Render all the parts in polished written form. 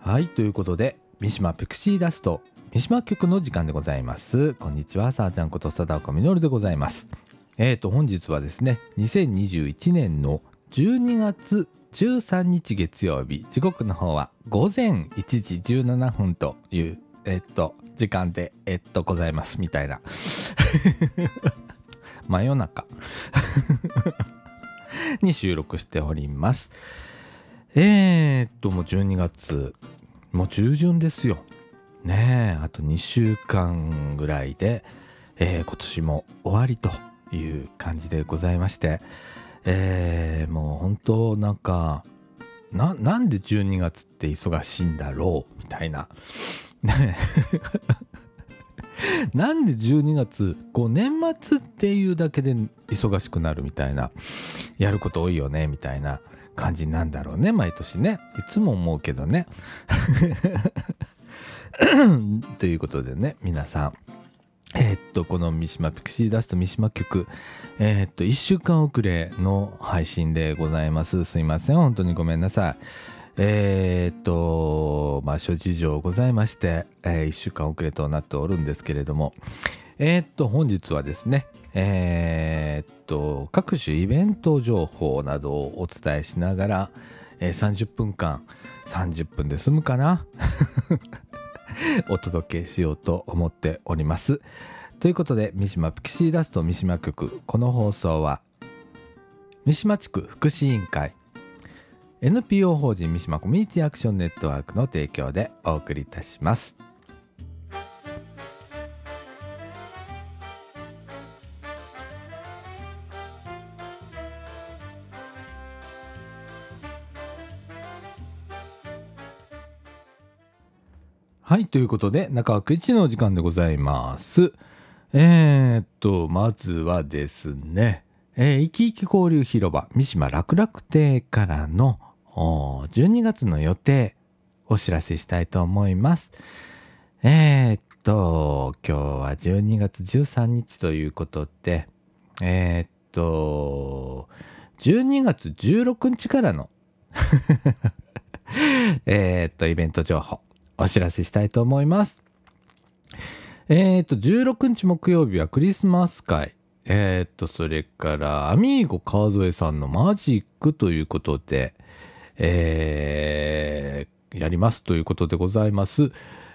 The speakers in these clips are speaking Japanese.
はい、ということで三島ピクシーダスト三島局の時間でございます。こんにちは、さあちゃんこと貞岡実でございます。本日はですね2021年の12月13日月曜日、時刻の方は午前1時17分という時間でございますみたいな真夜中に収録しております。もう12月もう中旬ですよね。あと2週間ぐらいで、今年も終わりという感じでございまして、もう本当なんかなんで12月って忙しいんだろうみたいなねなんで12月年末っていうだけで忙しくなるみたいな、やること多いよねみたいな感じなんだろうね、毎年ね。いつも思うけどねということでね、皆さんこの三島ピクシーダスト三島局1週間遅れの配信でございます。すいません、本当にごめんなさい。諸事情ございまして、1週間遅れとなっておるんですけれども、本日はですね各種イベント情報などをお伝えしながら、30分間30分で済むかなお届けしようと思っております。ということで、三島ピクシーダスト三島局、この放送は三島地区福祉委員会 NPO 法人三島コミュニティアクションネットワークの提供でお送りいたします。はい、ということで中枠1のお時間でございます。まずはですね、いきいき交流広場三島楽々亭からの12月の予定お知らせしたいと思います。今日は12月13日ということで、12月16日からのイベント情報お知らせしたいと思います。16日木曜日はクリスマス会、それからアミーゴ川添さんのマジックということで、やりますということでございます。こ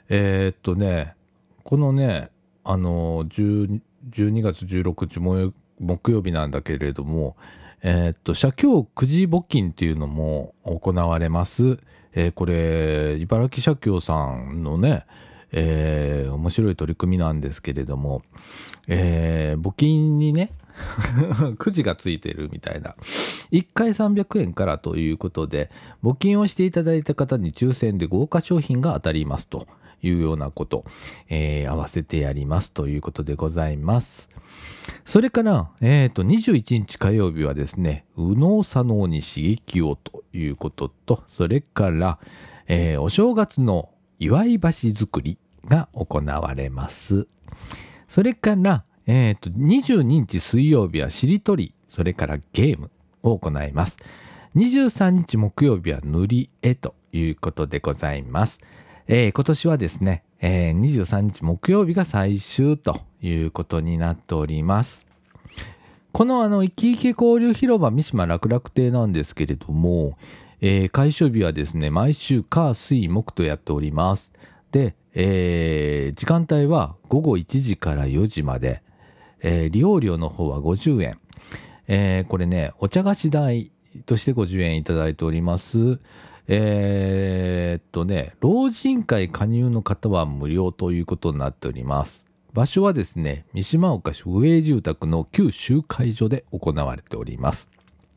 のね12月16日木曜日なんだけれども、社協くじ募金っていうのも行われます。これ茨城社協さんのね、面白い取り組みなんですけれども、募金にねくじがついてるみたいな、1回300円からということで、募金をしていただいた方に抽選で豪華商品が当たりますというようなこと、合わせてやりますということでございます。それから、21日火曜日はですね、右脳左脳に刺激をということと、それから、お正月の祝い箸作りが行われます。それから、22日水曜日はしりとり、それからゲームを行います。23日木曜日は塗り絵ということでございます。今年はですね、23日木曜日が最終ということになっております。このいきいき交流広場三島楽々亭なんですけれども、開所日はですね毎週火水木とやっております。で、時間帯は午後1時から4時まで、利用料の方は50円、これねお茶菓子代として50円いただいております。老人会加入の方は無料ということになっております。場所はですね三島岡市府営住宅の旧集会所で行われております。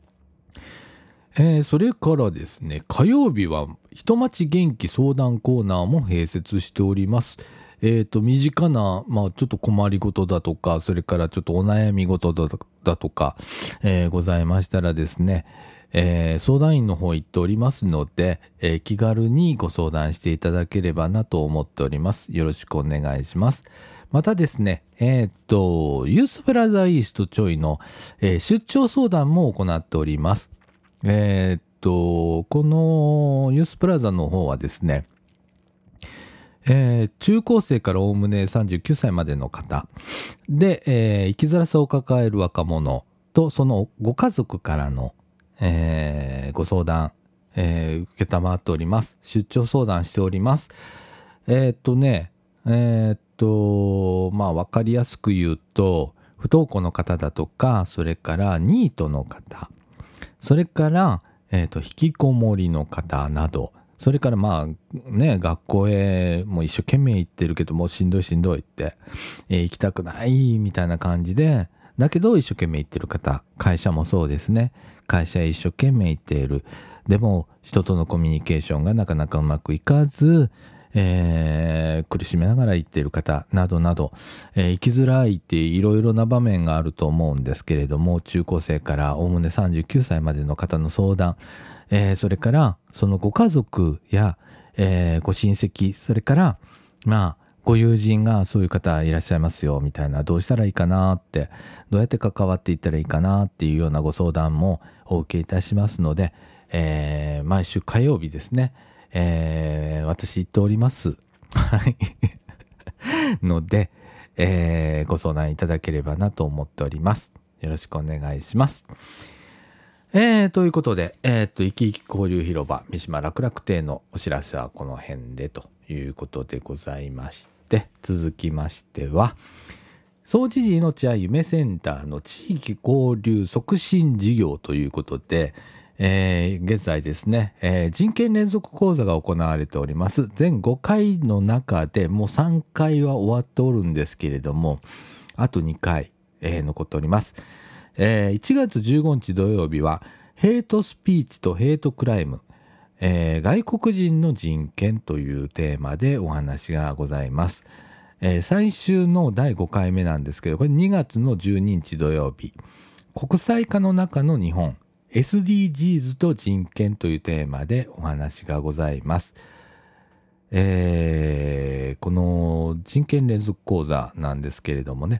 それからですね、火曜日は人町元気相談コーナーも併設しております。身近な、ちょっと困りごとだとか、それからちょっとお悩み事だとか、ございましたらですね、相談員の方行っておりますので、気軽にご相談していただければなと思っております。よろしくお願いします。またですね、ユースブラザーイーストちょいの、出張相談も行っております。このユースプラザの方はですね、 中高生からおおむね39歳までの方で、生きづらさを抱える若者とそのご家族からの、ご相談、承っております。出張相談しております。分かりやすく言うと、不登校の方だとか、それからニートの方、それから、引きこもりの方など、それから学校へもう一生懸命行ってるけどもうしんどいって、行きたくないみたいな感じで、だけど一生懸命行ってる方、会社もそうですね。会社へ一生懸命行っている。でも人とのコミュニケーションがなかなかうまくいかず、苦しめながら行っている方などなど、生きづらいっていろいろな場面があると思うんですけれども、中高生からおおむね39歳までの方の相談、それからそのご家族や、ご親戚、それからご友人がそういう方いらっしゃいますよみたいな、どうしたらいいかなって、どうやって関わっていったらいいかなっていうようなご相談もお受けいたしますので、毎週火曜日ですね、私行っております。はいので、ご相談いただければなと思っております。よろしくお願いします。ということで、生き生き交流広場三島楽々亭のお知らせはこの辺でということでございまして、続きましては、総知事命あ夢センターの地域交流促進事業ということで、現在ですね、人権連続講座が行われております。全5回の中でもう3回は終わっておるんですけれども、あと2回、残っております。1月15日土曜日はヘイトスピーチとヘイトクライム、外国人の人権というテーマでお話がございます。最終の第5回目なんですけど、これ2月の12日土曜日、国際化の中の日本 SDGs と人権というテーマでお話がございます。この人権連続講座なんですけれどもね、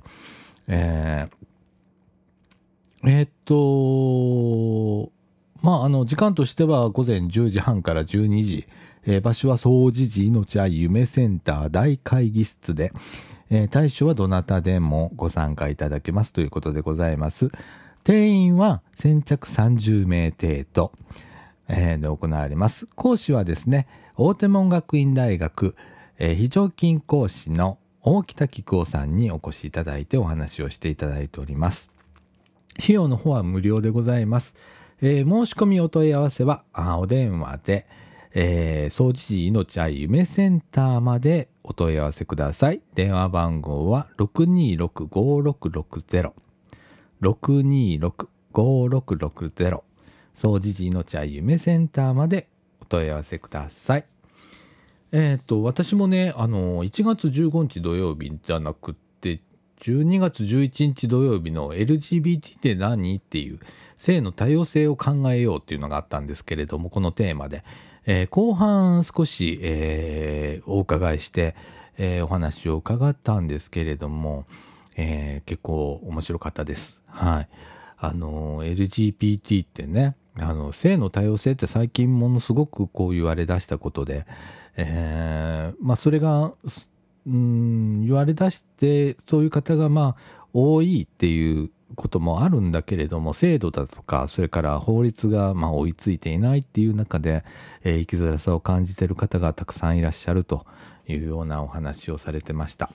時間としては午前10時半から12時、場所は総持寺命あ夢センター大会議室で、対象はどなたでもご参加いただけますということでございます。定員は先着30名程度、で行われます。講師はですね、大手門学院大学、非常勤講師の大北紀久夫さんにお越しいただいてお話をしていただいております。費用の方は無料でございます。申し込みお問い合わせはお電話で、総持寺命あ夢センターまでお問い合わせください。電話番号は 626-5660 626-5660 総持寺命あ夢センターまでお問い合わせください。私もね、1月15日土曜日じゃなくって12月11日土曜日の LGBT って何っていう性の多様性を考えようっていうのがあったんですけれども、このテーマで、後半少し、お伺いして、お話を伺ったんですけれども、結構面白かったです。はい。LGBT ってね、性の多様性って最近ものすごくこう言われ出したことで、それが言われ出してそういう方が多いっていうこともあるんだけれども、制度だとかそれから法律が追いついていないっていう中で、生きづらさを感じている方がたくさんいらっしゃるというようなお話をされてました。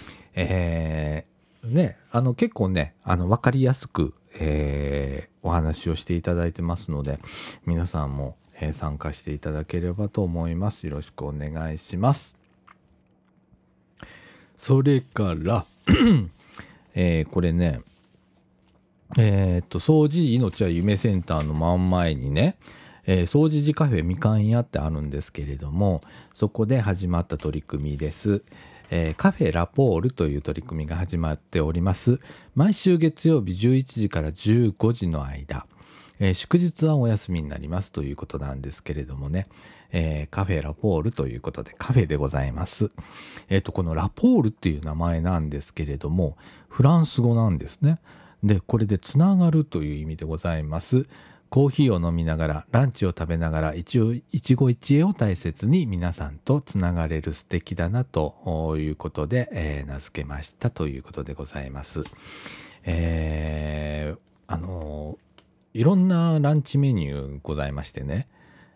結構ね分かりやすく、お話をしていただいてますので、皆さんも、参加していただければと思います。よろしくお願いします。それからこれね、総持寺命は夢センターの真ん前にね、総持寺カフェみかん屋ってあるんですけれども、そこで始まった取り組みです。カフェラポールという取り組みが始まっております。毎週月曜日11時から15時の間、祝日はお休みになりますということなんですけれどもね、カフェラポールということでカフェでございます。このラポールっていう名前なんですけれども、フランス語なんですね。で、これでつながるという意味でございます。 コーヒーを飲みながらランチを食べながら一期一会を大切に皆さんとつながれる素敵だなということで、名付けましたということでございます。いろんなランチメニューございましてね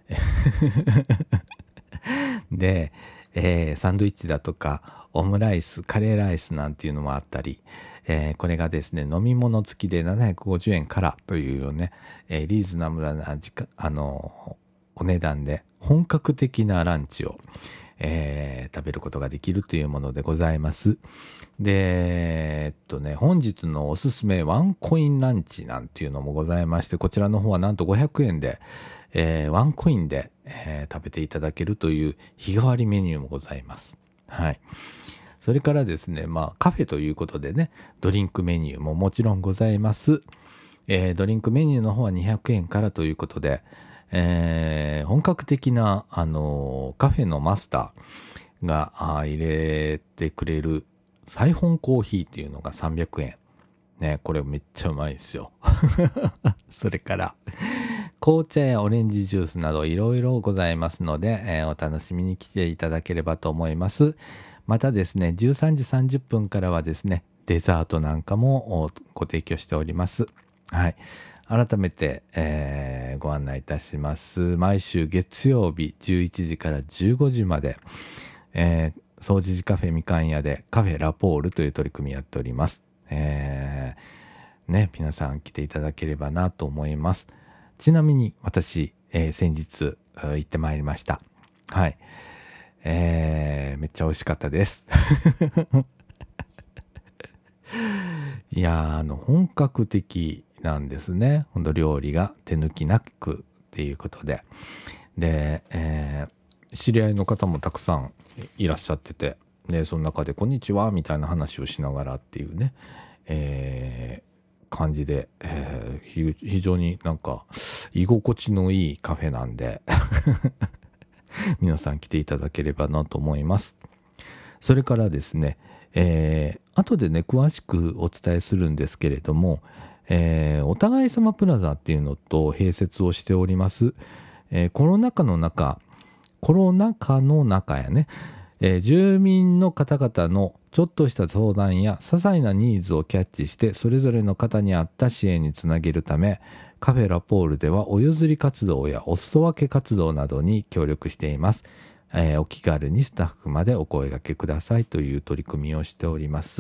で、サンドイッチだとかオムライス、カレーライスなんていうのもあったり、これがですね飲み物付きで750円からというよね、リーズナブルなお値段で本格的なランチを、食べることができるというものでございます。で本日のおすすめワンコインランチなんていうのもございまして、こちらの方はなんと500円で、ワンコインで、食べていただけるという日替わりメニューもございます。はい。それからですね、カフェということでね、ドリンクメニューももちろんございます。ドリンクメニューの方は200円からということで、本格的な、カフェのマスターが入れてくれるサイフォンコーヒーっていうのが300円。ね、これめっちゃうまいですよ。それから、紅茶やオレンジジュースなどいろいろございますので、お楽しみに来ていただければと思います。またですね、13時30分からはですね、デザートなんかもご提供しております。はい。改めて、ご案内いたします。毎週月曜日11時から15時まで、総持寺カフェみかん屋でカフェラポールという取り組みやっております。ね、皆さん来ていただければなと思います。ちなみに私、先日行ってまいりました。はい。めっちゃ美味しかったです。いや本格的なんですね。ほんと料理が手抜きなくっていうことで。で、知り合いの方もたくさんいらっしゃってて、で、その中でこんにちはみたいな話をしながらっていうね、感じで、非常になんか居心地のいいカフェなんで皆さん来ていただければなと思います。それからですね、後でね詳しくお伝えするんですけれども、お互い様プラザっていうのと併設をしております。コロナ禍の中やね、住民の方々のちょっとした相談や些細なニーズをキャッチしてそれぞれの方に合った支援につなげるため、カフェラポールではお譲り活動やお裾分け活動などに協力しています。お気軽にスタッフまでお声掛けくださいという取り組みをしております。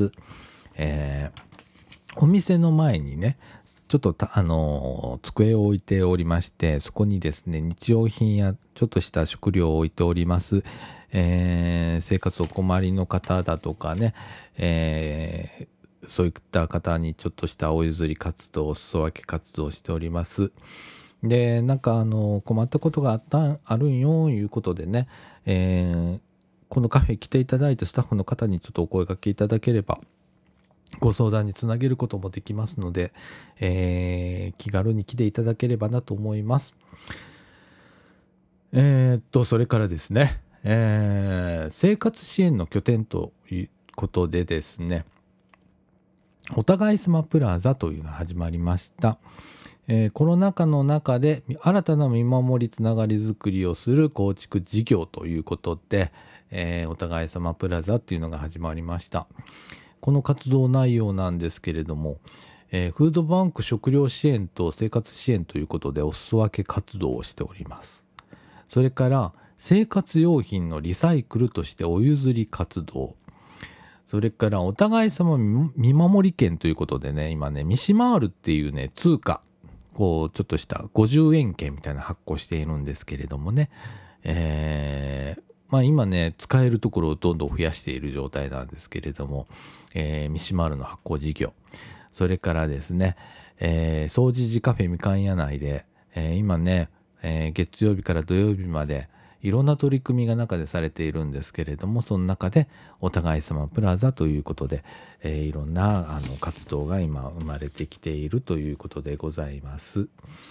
お店の前にねちょっと机を置いておりまして、そこにですね日用品やちょっとした食料を置いております。生活お困りの方だとかね、そういった方にちょっとしたお譲り活動、お裾分け活動をしております。で、困ったことがあるんよいうことでね、このカフェ来ていただいてスタッフの方にちょっとお声掛けいただければご相談につなげることもできますので、気軽に来ていただければなと思います。それからですね、生活支援の拠点ということでですね、お互い様プラザというのが始まりました。コロナ禍の中で新たな見守りつながりづくりをする構築事業ということで、お互い様プラザっていうのが始まりました。この活動内容なんですけれども、フードバンク食料支援と生活支援ということでお裾分け活動をしております。それから生活用品のリサイクルとしてお譲り活動、それからお互い様見守り券ということでね、今ねミシマールっていうね通貨、こうちょっとした50円券みたいな発行しているんですけれどもね、今ね使えるところをどんどん増やしている状態なんですけれども、ミシマールの発行事業、それからですね、総持寺カフェみかん屋内で、今ね、月曜日から土曜日までいろんな取り組みが中でされているんですけれども、その中でお互い様プラザということで、いろんな活動が今生まれてきているということでございます。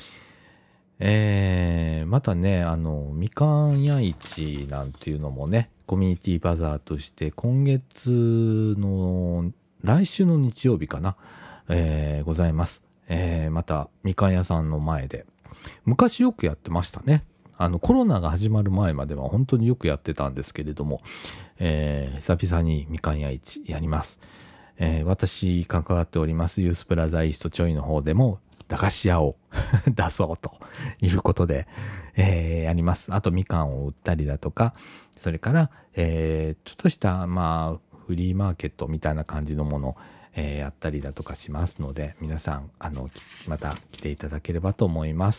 またねみかん屋市なんていうのもねコミュニティバザーとして今月の来週の日曜日かな、ございます。またみかん屋さんの前で昔よくやってましたね。コロナが始まる前までは本当によくやってたんですけれども、久々にみかん屋市やります。私関わっておりますユースプラザイーストちょいの方でも駄菓子屋を出そうということで、やります。あとみかんを売ったりだとか、それから、ちょっとしたフリーマーケットみたいな感じのもの、やったりだとかしますので、皆さんまた来ていただければと思います。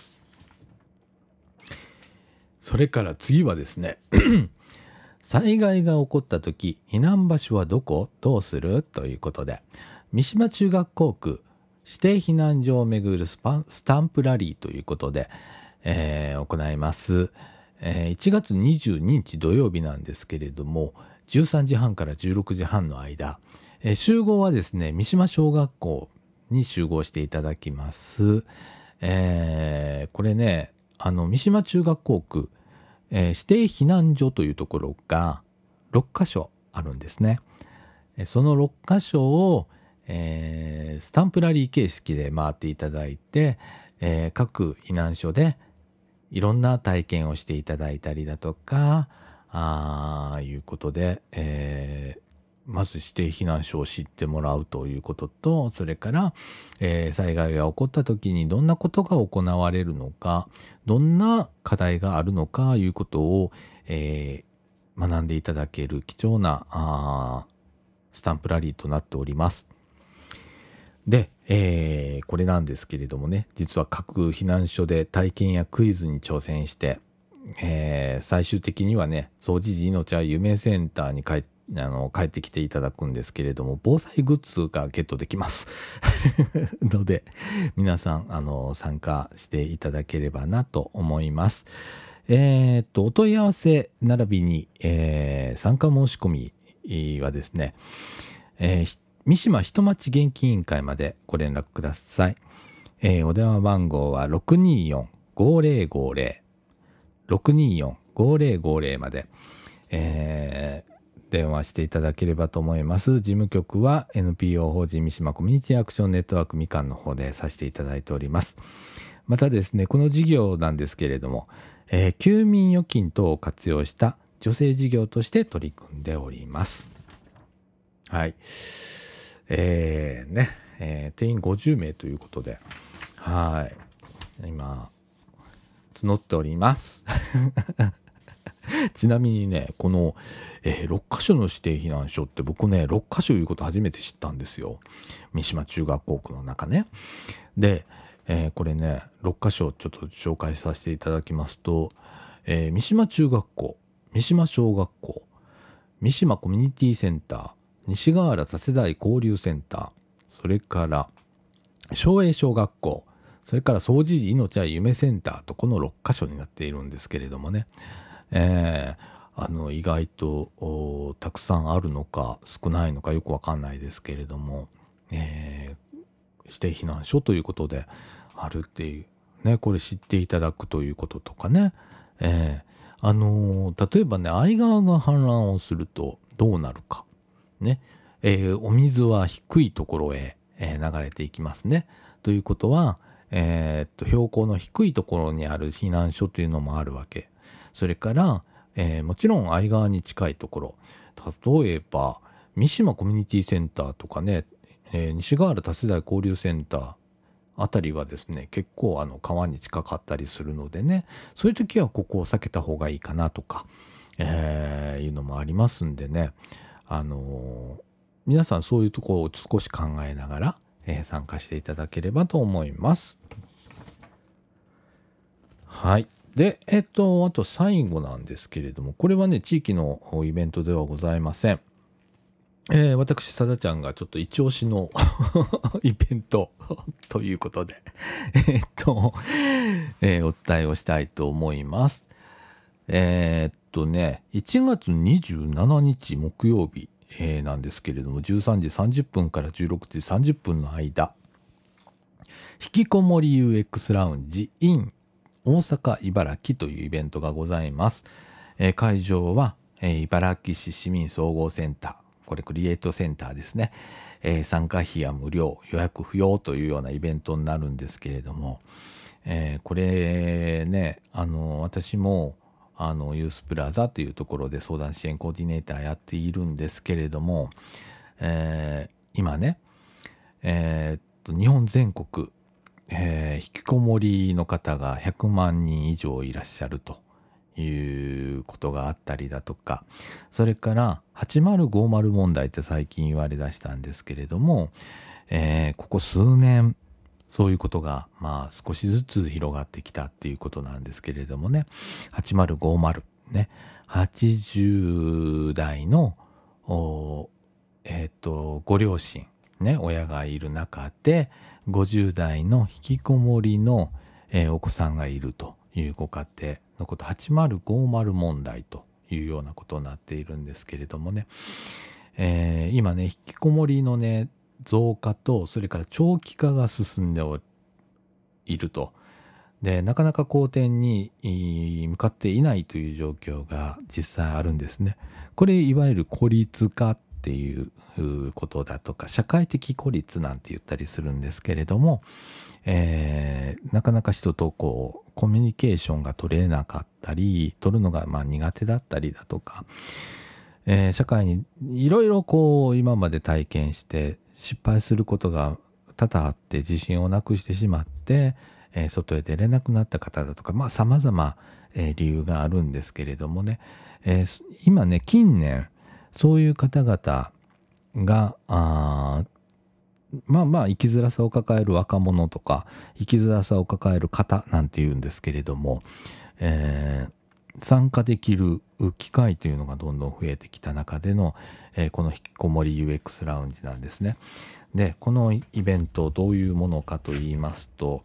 それから次はですね災害が起こった時、避難場所はどこ？どうする？ということで、三島中学校区指定避難所をめぐるスタンプラリーということで、行います。1月22日土曜日なんですけれども、13時半から16時半の間、集合はですね、三島小学校に集合していただきます。これね、三島中学校区、指定避難所というところが6カ所あるんですね。その6カ所を、スタンプラリー形式で回っていただいて、各避難所でいろんな体験をしていただいたりだとかいうことで、まず指定避難所を知ってもらうということと、それから、災害が起こった時にどんなことが行われるのか、どんな課題があるのかいうことを、学んでいただける貴重なスタンプラリーとなっております。で、これなんですけれどもね、実は各避難所で体験やクイズに挑戦して、最終的にはね、総持寺命は夢センターに帰ってきていただくんですけれども、防災グッズがゲットできますので、皆さん参加していただければなと思います。お問い合わせ並びに、参加申し込みはですね、三島人町元気委員会までご連絡ください。お電話番号は 624-5050 624-5050まで、電話していただければと思います。事務局は NPO 法人三島コミュニティアクションネットワークみかんの方でさせていただいております。またですね、この事業なんですけれども、休眠預金等を活用した助成事業として取り組んでおります。はい。定員50名ということで、はい。今、募っております。ちなみにね、この、6カ所の指定避難所って僕ね、6カ所いうこと初めて知ったんですよ。三島中学校区の中ね。で、これね、6カ所ちょっと紹介させていただきますと、三島中学校、三島小学校、三島コミュニティセンター、西河原多世代交流センター、それから松栄小学校、それから総持寺命は夢センターと、この6カ所になっているんですけれどもね、意外とたくさんあるのか少ないのかよくわかんないですけれども、指定避難所ということであるっていうね、これ知っていただくということとかね、例えばね、相川が氾濫をするとどうなるかね、お水は低いところへ、流れていきますね。ということは、標高の低いところにある避難所というのもあるわけ。それから、もちろん相川に近いところ、例えば三島コミュニティセンターとかね、西河原多世代交流センターあたりはですね、結構川に近かったりするのでね、そういう時はここを避けた方がいいかなとか、いうのもありますんでね、皆さんそういうところを少し考えながら、参加していただければと思います。はい。で、あと最後なんですけれども、これはね、地域のイベントではございません。私、さだちゃんがちょっと一押しのイベントということで、お伝えをしたいと思います。1月27日木曜日、なんですけれども、13時30分から16時30分の間、引きこもり UX ラウンジ in 大阪茨城というイベントがございます。会場は、茨城市市民総合センター、これクリエイトセンターですね。参加費は無料、予約不要というようなイベントになるんですけれども、 これね、私もユースプラザというところで相談支援コーディネーターやっているんですけれども、今ね、日本全国、引きこもりの方が100万人以上いらっしゃるということがあったりだとか、それから8050問題って最近言われだしたんですけれども、ここ数年そういうことが少しずつ広がってきたっていうことなんですけれどもね、8050ね、80代のご両親ね、親がいる中で50代の引きこもりの、お子さんがいるというご家庭のこと、8050問題というようなことになっているんですけれどもね、今ね、引きこもりのね増加と、それから長期化が進んでいると。で、なかなか好転に向かっていないという状況が実際あるんですね。これいわゆる孤立化っていうことだとか、社会的孤立なんて言ったりするんですけれども、なかなか人とコミュニケーションが取れなかったり、取るのが苦手だったりだとか、社会にいろいろ今まで体験して失敗することが多々あって自信をなくしてしまって、外へ出れなくなった方だとか、様々、理由があるんですけれどもね、今ね、近年そういう方々が生きづらさを抱える若者とか生きづらさを抱える方なんて言うんですけれども、参加できる機会というのがどんどん増えてきた中での、この引きこもり UX ラウンジなんですね。で、このイベントどういうものかと言いますと、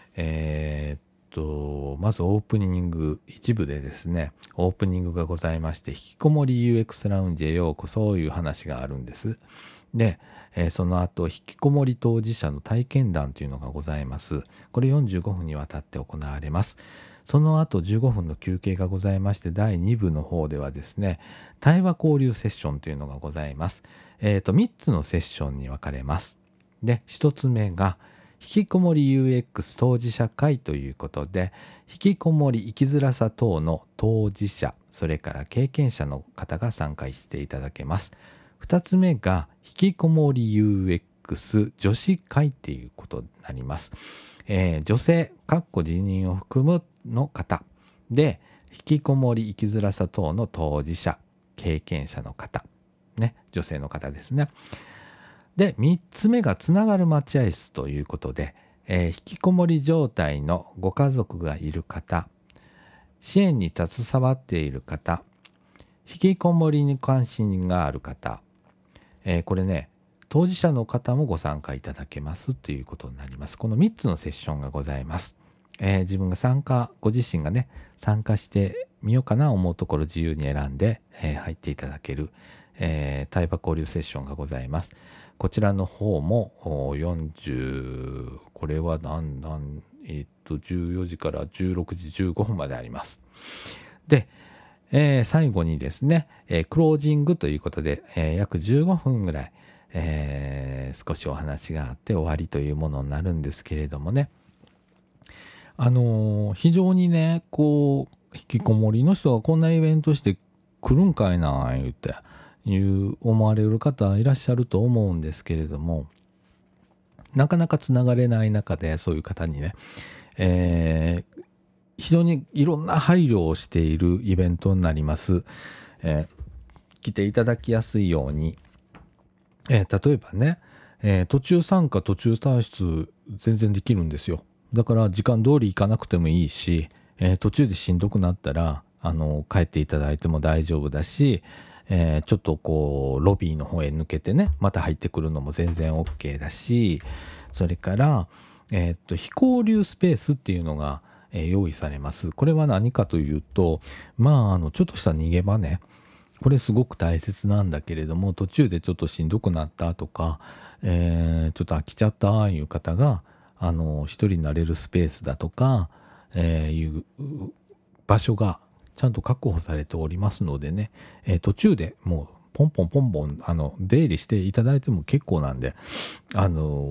まずオープニング一部でですね、オープニングがございまして、引きこもり UX ラウンジへようこそという話があるんです。で、その後引きこもり当事者の体験談というのがございます。これ45分にわたって行われます。その後15分の休憩がございまして、第2部の方ではですね、対話交流セッションというのがございます。3つのセッションに分かれます。で、1つ目が引きこもり UX 当事者会ということで、引きこもり生きづらさ等の当事者、それから経験者の方が参加していただけます。2つ目が引きこもり UX 女子会っていうことになります。女性、自認を含むの方で、引きこもり生きづらさ等の当事者、経験者の方、ね、女性の方ですね。で、3つ目がつながる待合室ということで、引きこもり状態のご家族がいる方、支援に携わっている方、引きこもりに関心がある方、これね、当事者の方もご参加いただけますということになります。この3つのセッションがございます。自分がご自身がね、参加してみようかな思うところ自由に選んで、入っていただける、対話交流セッションがございます。こちらの方もこれは14時から16時15分まであります。で、最後にですね、クロージングということで、約15分ぐらい、少しお話があって終わりというものになるんですけれどもね、非常にね、引きこもりの人がこんなイベントして来るんかいな言って思われる方いらっしゃると思うんですけれども、なかなかつながれない中でそういう方にね、非常にいろんな配慮をしているイベントになります。来ていただきやすいように、例えばね、途中参加途中退出全然できるんですよ。だから時間通り行かなくてもいいし、途中でしんどくなったら帰っていただいても大丈夫だし、ちょっとロビーの方へ抜けてね、また入ってくるのも全然 OK だし、それから、非交流スペースっていうのが、用意されます。これは何かというと、ちょっとした逃げ場ね、これすごく大切なんだけれども、途中でちょっとしんどくなったとか、ちょっと飽きちゃったいう方が一人になれるスペースだとか、いう場所がちゃんと確保されておりますのでね、途中でもうポンポン出入りしていただいても結構なんで、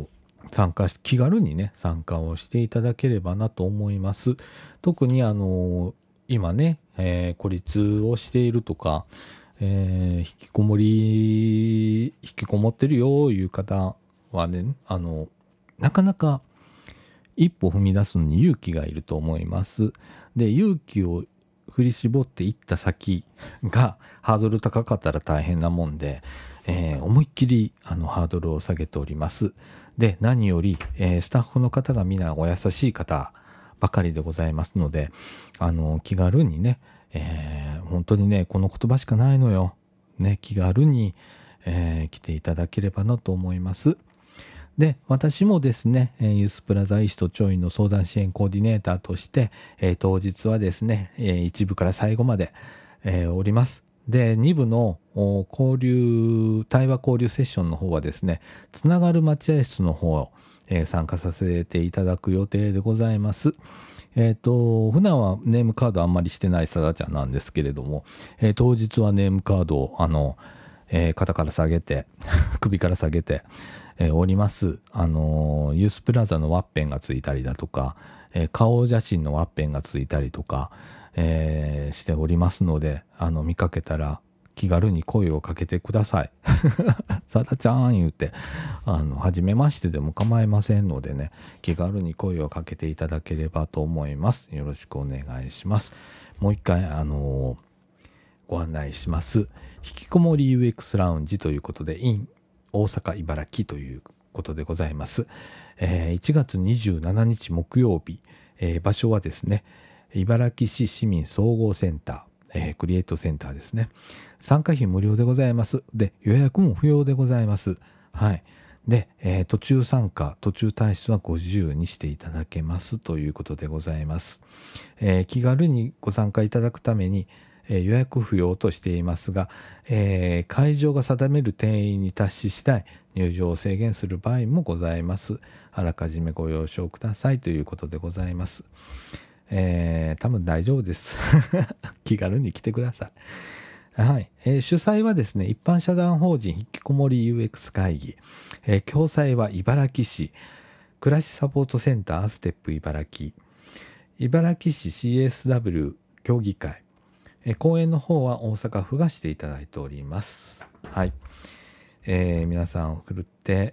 気軽にね、参加をしていただければなと思います。特に今ね、孤立をしているとか、引きこもってるよいう方はね、なかなか一歩踏み出すのに勇気がいると思います。で、勇気を振り絞っていった先がハードル高かったら大変なもんで、思いっきりハードルを下げております。で、何より、スタッフの方が皆お優しい方ばかりでございますので、気軽にね、本当にね、この言葉しかないのよ。ね、気軽に、来ていただければなと思います。で、私もですね、ユースプラザイーストちょいの相談支援コーディネーターとして、当日はですね、1部から最後まで、おります。で、2部の対話交流セッションの方はですね、つながる待合室の方を、参加させていただく予定でございます。普段はネームカードあんまりしてないさだちゃんなんですけれども、当日はネームカードを肩から下げて首から下げて、おります。ユースプラザのワッペンがついたりだとか、顔写真のワッペンがついたりとか、しておりますので、見かけたら気軽に声をかけてください。さだちゃん言うて、初めましてでも構いませんのでね、気軽に声をかけていただければと思います。よろしくお願いします。もう一回、ご案内します。引きこもり UX ラウンジということで、in 大阪茨城ということでございます。1月27日木曜日、場所はですね、茨城市市民総合センター、クリエイトセンターですね。参加費無料でございます。で、予約も不要でございます。はい。で、途中参加、途中退出はご自由にしていただけますということでございます。気軽にご参加いただくために、予約不要としていますが、会場が定める定員に達し次第入場を制限する場合もございます。あらかじめご了承くださいということでございます。多分大丈夫です。気軽に来てください。はい。主催はですね、一般社団法人引きこもり UX 会議。共催は茨城市暮らしサポートセンターステップ茨城。茨城市 CSW 協議会。講演の方は大阪府がしていただいております。はい。皆さん振るって、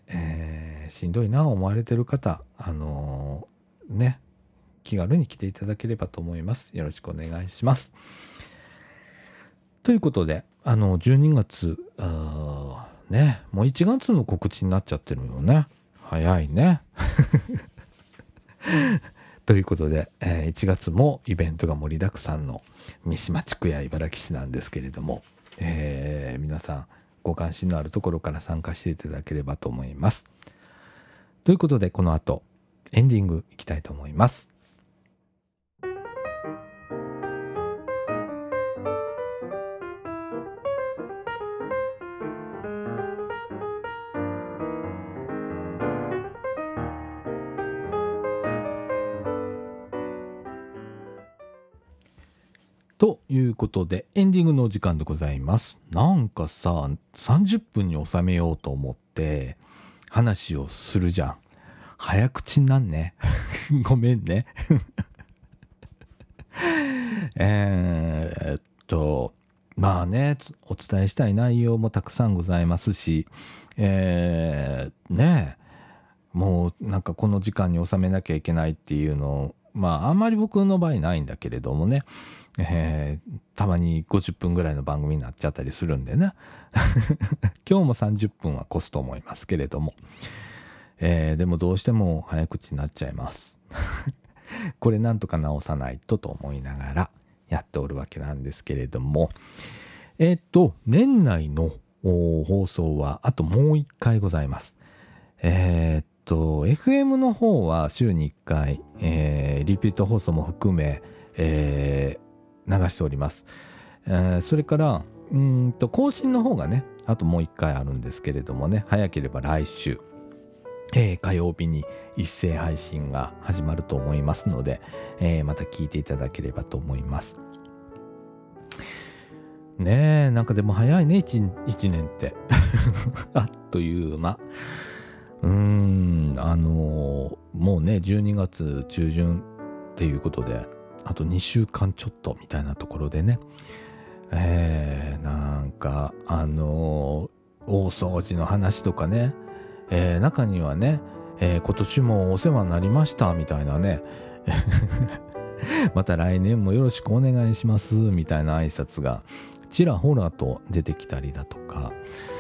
しんどいな思われてる方、ね、気軽に来ていただければと思います。よろしくお願いします。ということで、12月、ね、もう1月の告知になっちゃってるよね。早いね。ということで、1月もイベントが盛りだくさんの三島地区や茨城市なんですけれども、皆さんご関心のあるところから参加していただければと思います。ということで、この後エンディングいきたいと思います。ということでエンディングのお時間でございます。なんかさ、30分に収めようと思って話をするじゃん。早口になんね。ごめんね。まあね、お伝えしたい内容もたくさんございますし、ね、もうなんかこの時間に収めなきゃいけないっていうの、まああんまり僕の場合ないんだけれどもね、たまに50分ぐらいの番組になっちゃったりするんでね。今日も30分は越すと思いますけれども、でもどうしても早口になっちゃいます。これなんとか直さないとと思いながらやっておるわけなんですけれども、年内の放送はあともう1回ございます。FM の方は週に1回、リピート放送も含め、流しております。それから更新の方がね、あともう1回あるんですけれどもね、早ければ来週、火曜日に一斉配信が始まると思いますので、また聞いていただければと思います。ねえ、なんかでも早いね、1年って。あっという間。 もうね12月中旬っていうことであと2週間ちょっとみたいなところでね、なんか大掃除の話とかね、中にはね、今年もお世話になりましたみたいなねまた来年もよろしくお願いしますみたいな挨拶がちらほらと出てきたりだとか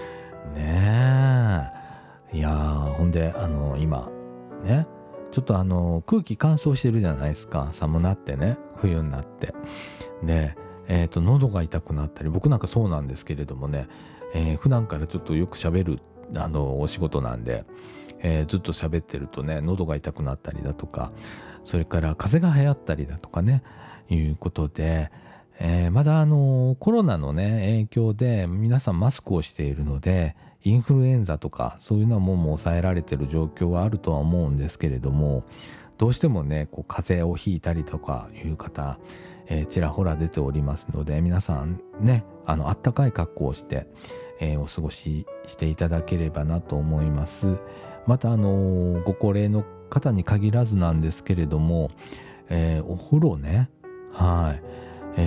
ねえ、いやーほんで今ねちょっと空気乾燥してるじゃないですか。寒なってね冬になってで喉が痛くなったり、僕なんかそうなんですけれどもね、普段からちょっとよく喋るお仕事なんで、ずっと喋ってるとね喉が痛くなったりだとか、それから風邪が流行ったりだとかねいうことで、まだコロナのね影響で皆さんマスクをしているのでインフルエンザとかそういうのはもう抑えられてる状況はあるとは思うんですけれども、どうしてもねこう風邪をひいたりとかいう方、ちらほら出ておりますので、皆さんねあったかい格好をして、お過ごししていただければなと思います。またご高齢の方に限らずなんですけれども、お風呂ね、はい、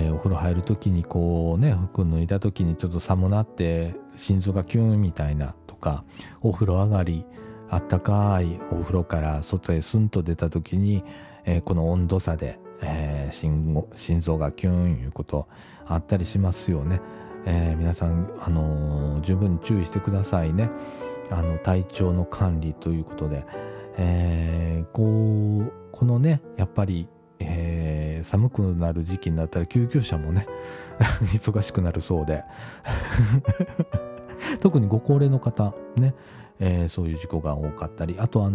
お風呂入る時にこうね服脱いだ時にちょっと寒なって心臓がキュンみたいなとか、お風呂上がりあったかいお風呂から外へスンと出た時に、この温度差で、心臓がキュンいうことあったりしますよね。皆さん、十分に注意してくださいね。体調の管理ということで、このねやっぱり、寒くなる時期になったら救急車もね忙しくなるそうで特にご高齢の方ね、そういう事故が多かったり、あと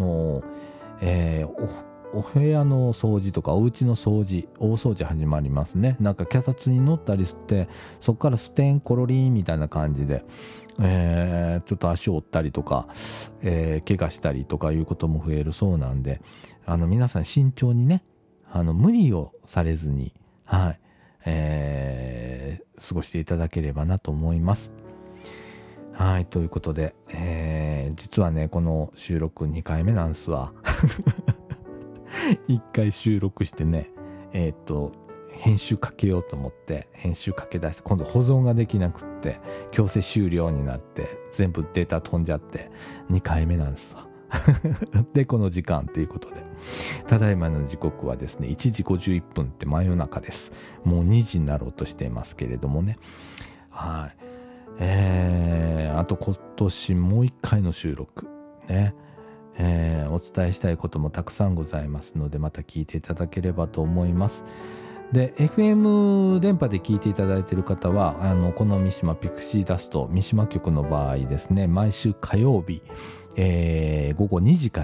お部屋の掃除とかお家の掃除、大掃除始まりますね。なんか脚立に乗ったりしてそこからステンコロリンみたいな感じで、ちょっと足を折ったりとか、怪我したりとかいうことも増えるそうなんで、皆さん慎重にね無理をされずに、はい過ごしていただければなと思います。はい、ということで、実はねこの収録2回目なんすわ1回収録してね編集かけようと思って編集かけ出して今度保存ができなくって強制終了になって全部データ飛んじゃって2回目なんですわでこの時間ということで、ただいまの時刻はですね1時51分って真夜中です。もう2時になろうとしていますけれどもね、はい、あと今年もう1回の収録ね、お伝えしたいこともたくさんございますので、また聞いていただければと思います。で FM 電波で聞いていただいている方はこの三島ピクシーダスト三島局の場合ですね、毎週火曜日、午後2時から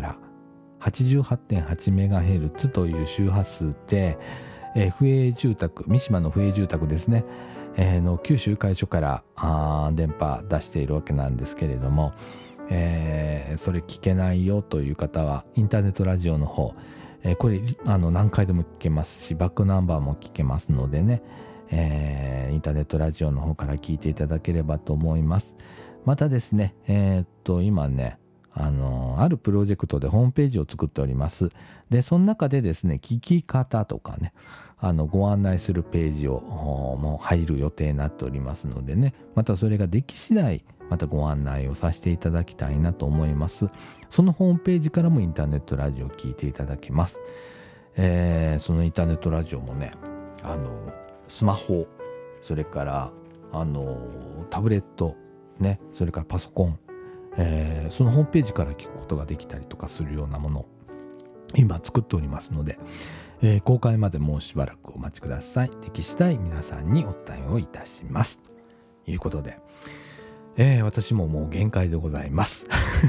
88.8MHz という周波数で、府営住宅三島の府営住宅ですね、の九州会所から電波出しているわけなんですけれども、それ聞けないよという方はインターネットラジオの方、これ何回でも聞けますしバックナンバーも聞けますのでね、インターネットラジオの方から聞いていただければと思います。またですね今ねあるプロジェクトでホームページを作っております。でその中でですね聞き方とかねご案内するページをもう入る予定になっておりますのでね、またそれができ次第またご案内をさせていただきたいなと思います。そのホームページからもインターネットラジオを聞いていただけます。そのインターネットラジオもねスマホ、それからタブレットね、それからパソコン、そのホームページから聞くことができたりとかするようなものを今作っておりますので、公開までもうしばらくお待ちください。でき次第皆さんにお伝えをいたしますということで、私ももう限界でございます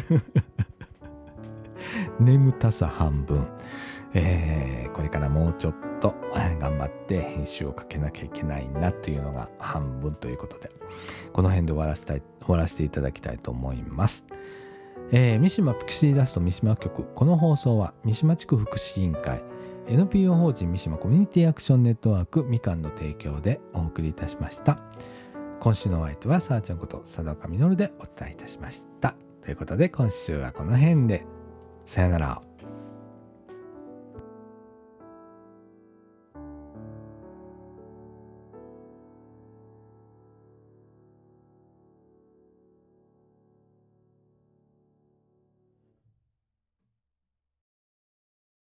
眠たさ半分、これからもうちょっと頑張って編集をかけなきゃいけないなというのが半分ということで、この辺で終わらせていただきたいと思います。三島ピクシーダスト三島局、この放送は三島地区福祉委員会 NPO 法人三島コミュニティアクションネットワークみかんの提供でお送りいたしました。今週のお相手はさあちゃんこと佐藤実でお伝えいたしました。 ということで今週はこの辺で。さよなら。